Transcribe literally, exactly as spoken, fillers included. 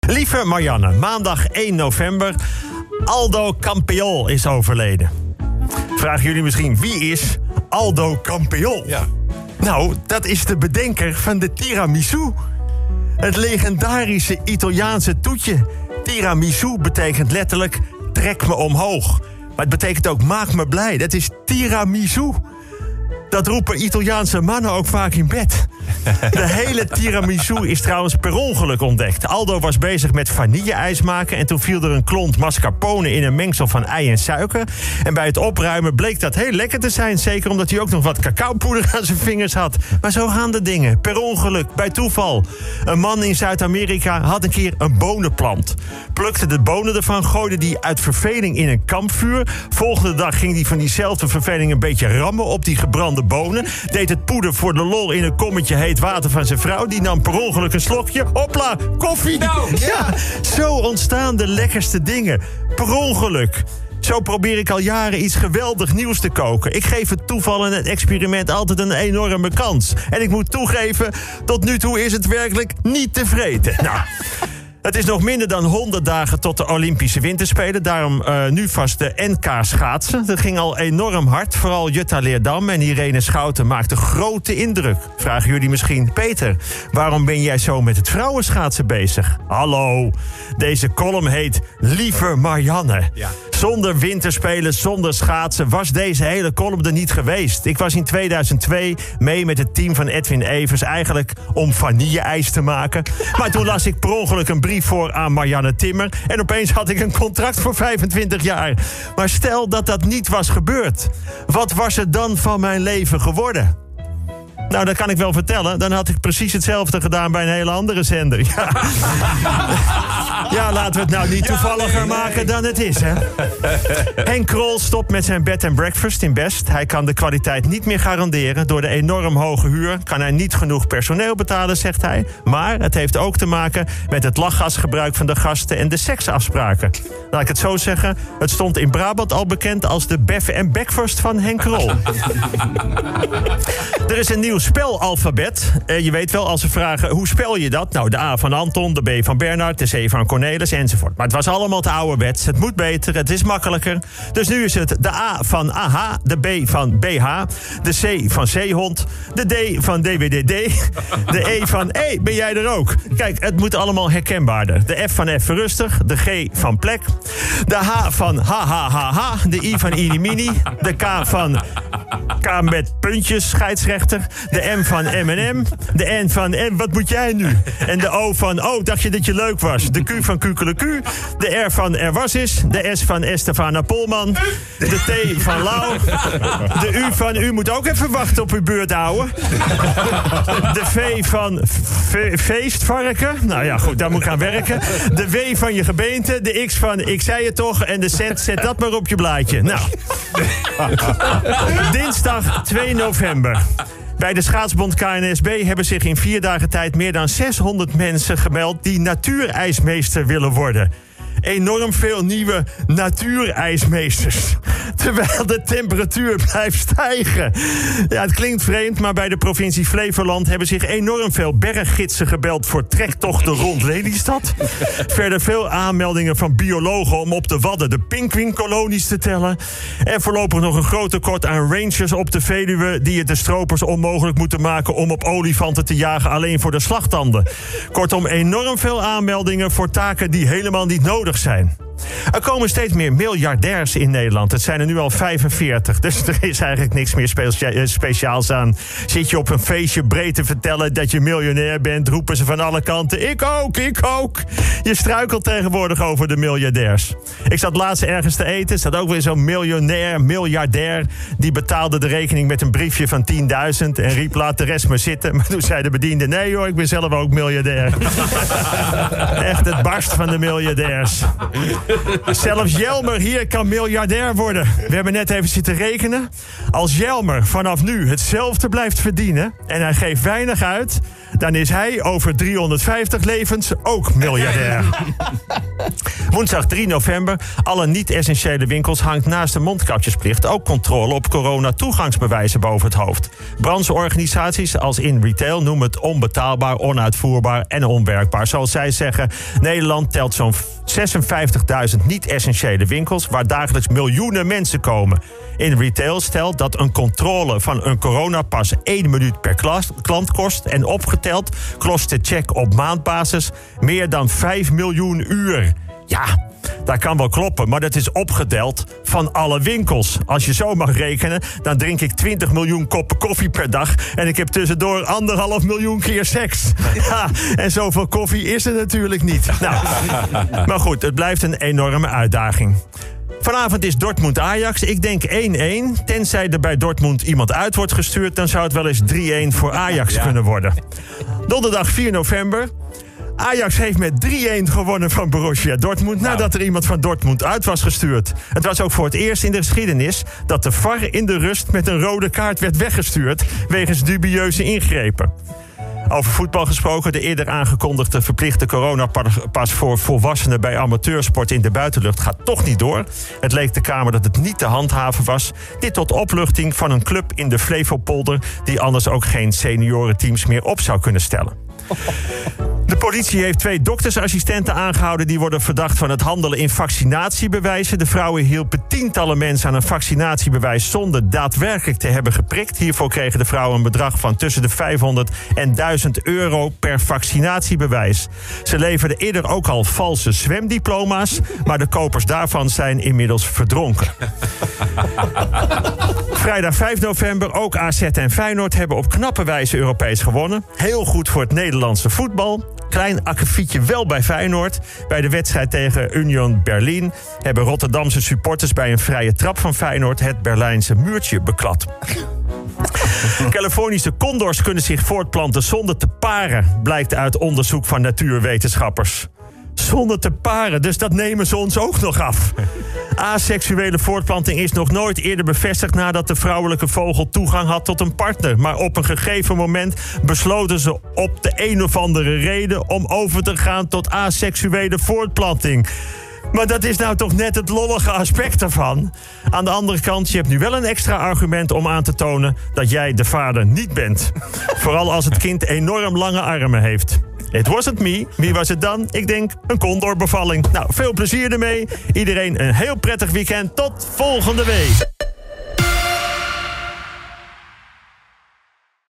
Lieve Marianne, maandag één november. Aldo Campiol is overleden. Vragen jullie misschien, wie is Aldo Campiol? Ja. Nou, dat is de bedenker van de tiramisu. Het legendarische Italiaanse toetje. Tiramisu betekent letterlijk trek me omhoog. Maar het betekent ook maak me blij. Dat is tiramisu. Dat roepen Italiaanse mannen ook vaak in bed. De hele tiramisu is trouwens per ongeluk ontdekt. Aldo was bezig met vanille-ijs maken en toen viel er een klont mascarpone in een mengsel van ei en suiker. En bij het opruimen bleek dat heel lekker te zijn. Zeker omdat hij ook nog wat cacaopoeder aan zijn vingers had. Maar zo gaan de dingen. Per ongeluk, bij toeval. Een man in Zuid-Amerika had een keer een bonenplant. Plukte de bonen ervan, gooide die uit verveling in een kampvuur. Volgende dag ging hij van diezelfde verveling een beetje rammen op die gebrande bonen. Deed het poeder voor de lol in een kommetje heet water van zijn vrouw. Die nam per ongeluk een slokje. Hopla, koffie. Nou, ja. Ja, zo ontstaan de lekkerste dingen. Per ongeluk. Zo probeer ik al jaren iets geweldig nieuws te koken. Ik geef het toeval en het experiment altijd een enorme kans. En ik moet toegeven, tot nu toe is het werkelijk niet tevreden. Nou... Het is nog minder dan honderd dagen tot de Olympische Winterspelen. Daarom uh, nu vast de N K schaatsen. Dat ging al enorm hard. Vooral Jutta Leerdam en Irene Schouten maakten grote indruk. Vragen jullie misschien, Peter, waarom ben jij zo met het vrouwenschaatsen bezig? Hallo, deze column heet Lieve Marianne. Ja. Zonder winterspelen, zonder schaatsen was deze hele column er niet geweest. Ik was in tweeduizend twee mee met het team van Edwin Evers eigenlijk om vanille-ijs te maken. Maar toen las ik per ongeluk een brief voor aan Marianne Timmer en opeens had ik een contract voor vijfentwintig jaar. Maar stel dat dat niet was gebeurd. Wat was er dan van mijn leven geworden? Nou, dat kan ik wel vertellen. Dan had ik precies hetzelfde gedaan bij een hele andere zender. Ja, ja laten we het nou niet toevalliger ja, nee, nee. maken dan het is, hè. Henk Krol stopt met zijn bed and breakfast in Best. Hij kan de kwaliteit niet meer garanderen. Door de enorm hoge huur kan hij niet genoeg personeel betalen, zegt hij. Maar het heeft ook te maken met het lachgasgebruik van de gasten en de seksafspraken. Laat ik het zo zeggen, het stond in Brabant al bekend als de Bev and Breakfast van Henk Krol. Er is een nieuw spelalfabet. Uh, je weet wel, als ze vragen, hoe spel je dat? Nou, de A van Anton, de B van Bernard, de C van Cornelis, enzovoort. Maar het was allemaal te ouderwets. Het moet beter, het is makkelijker. Dus nu is het de A van A H, de B van B H, de C van Zeehond, de D van D W D D, de E van E, ben jij er ook? Kijk, het moet allemaal herkenbaarder. De F van F rustig, de G van plek, de H van H H H H, de I van Inimini, de K van K met puntjes, scheidsrechter, de M van M en M, de N van M, wat moet jij nu? En de O van, oh, dacht je dat je leuk was? De Q van Kukeleku, de R van Er was is, de S van Estefana Polman, de T van Lau, de U van U moet ook even wachten op uw beurt, ouwe. De V van v- feestvarken, nou ja, goed, daar moet ik aan werken. De W van je gebeente, de X van ik zei het toch en de Z, zet dat maar op je blaadje. Nou, dinsdag twee november. Bij de schaatsbond K N S B hebben zich in vier dagen tijd meer dan zeshonderd mensen gemeld die natuurijsmeester willen worden. Enorm veel nieuwe natuurijsmeesters. Terwijl de temperatuur blijft stijgen. Ja, het klinkt vreemd, maar bij de provincie Flevoland hebben zich enorm veel berggidsen gebeld voor trektochten rond Lelystad. Verder veel aanmeldingen van biologen om op de Wadden de pinguïnkolonies te tellen. En voorlopig nog een groot tekort aan rangers op de Veluwe die het de stropers onmogelijk moeten maken om op olifanten te jagen alleen voor de slagtanden. Kortom, enorm veel aanmeldingen voor taken die helemaal niet nodig zijn. Er komen steeds meer miljardairs in Nederland. Het zijn er nu al vijfenveertig, dus er is eigenlijk niks meer specia- speciaals aan. Zit je op een feestje breed te vertellen dat je miljonair bent, roepen ze van alle kanten, ik ook, ik ook. Je struikelt tegenwoordig over de miljardairs. Ik zat laatst ergens te eten, er zat ook weer zo'n miljonair, miljardair. Die betaalde de rekening met een briefje van tienduizend en riep, laat de rest maar zitten. Maar toen zei de bediende, nee hoor, ik ben zelf ook miljardair. Echt het barst van de miljardairs. Zelfs Jelmer hier kan miljardair worden. We hebben net even zitten rekenen. Als Jelmer vanaf nu hetzelfde blijft verdienen en hij geeft weinig uit, dan is hij over driehonderdvijftig levens ook miljardair. Woensdag drie november. Alle niet-essentiële winkels hangt naast de mondkapjesplicht ook controle op corona-toegangsbewijzen boven het hoofd. Brancheorganisaties als In Retail noemen het onbetaalbaar, onuitvoerbaar en onwerkbaar. Zoals zij zeggen, Nederland telt zo'n zesenvijftigduizend niet-essentiële winkels waar dagelijks miljoenen mensen komen. In Retail stelt dat een controle van een coronapas één minuut per klant kost. En opgeteld kost de check op maandbasis meer dan vijf miljoen uur. Ja, dat kan wel kloppen, maar dat is opgeteld van alle winkels. Als je zo mag rekenen, dan drink ik twintig miljoen koppen koffie per dag. En ik heb tussendoor anderhalf miljoen keer seks. Ja, en zoveel koffie is er natuurlijk niet. Nou, maar goed, het blijft een enorme uitdaging. Vanavond is Dortmund-Ajax. Ik denk één-één. Tenzij er bij Dortmund iemand uit wordt gestuurd, dan zou het wel eens drie-één voor Ajax ja. kunnen worden. Donderdag vier november. Ajax heeft met drie-één gewonnen van Borussia Dortmund nadat er iemand van Dortmund uit was gestuurd. Het was ook voor het eerst in de geschiedenis dat de V A R in de rust met een rode kaart werd weggestuurd wegens dubieuze ingrepen. Over voetbal gesproken, de eerder aangekondigde verplichte coronapas voor volwassenen bij amateursport in de buitenlucht gaat toch niet door. Het leek de Kamer dat het niet te handhaven was. Dit tot opluchting van een club in de Flevopolder die anders ook geen seniorenteams meer op zou kunnen stellen. De politie heeft twee doktersassistenten aangehouden die worden verdacht van het handelen in vaccinatiebewijzen. De vrouwen hielpen tientallen mensen aan een vaccinatiebewijs zonder daadwerkelijk te hebben geprikt. Hiervoor kregen de vrouwen een bedrag van tussen de vijfhonderd en duizend euro per vaccinatiebewijs. Ze leverden eerder ook al valse zwemdiploma's, maar de kopers daarvan zijn inmiddels verdronken. Vrijdag vijf november, ook A Z en Feyenoord hebben op knappe wijze Europees gewonnen. Heel goed voor het Nederlandse voetbal. Klein akkefietje wel bij Feyenoord. Bij de wedstrijd tegen Union Berlin hebben Rotterdamse supporters bij een vrije trap van Feyenoord het Berlijnse muurtje beklad. Californische condors kunnen zich voortplanten zonder te paren, blijkt uit onderzoek van natuurwetenschappers. Zonder te paren, dus dat nemen ze ons ook nog af. Aseksuele voortplanting is nog nooit eerder bevestigd nadat de vrouwelijke vogel toegang had tot een partner. Maar op een gegeven moment besloten ze op de een of andere reden om over te gaan tot aseksuele voortplanting. Maar dat is nou toch net het lollige aspect ervan. Aan de andere kant, je hebt nu wel een extra argument om aan te tonen dat jij de vader niet bent. Vooral als het kind enorm lange armen heeft. It wasn't me. Wie was het dan? Ik denk een condorbevalling. Nou, veel plezier ermee. Iedereen een heel prettig weekend. Tot volgende week.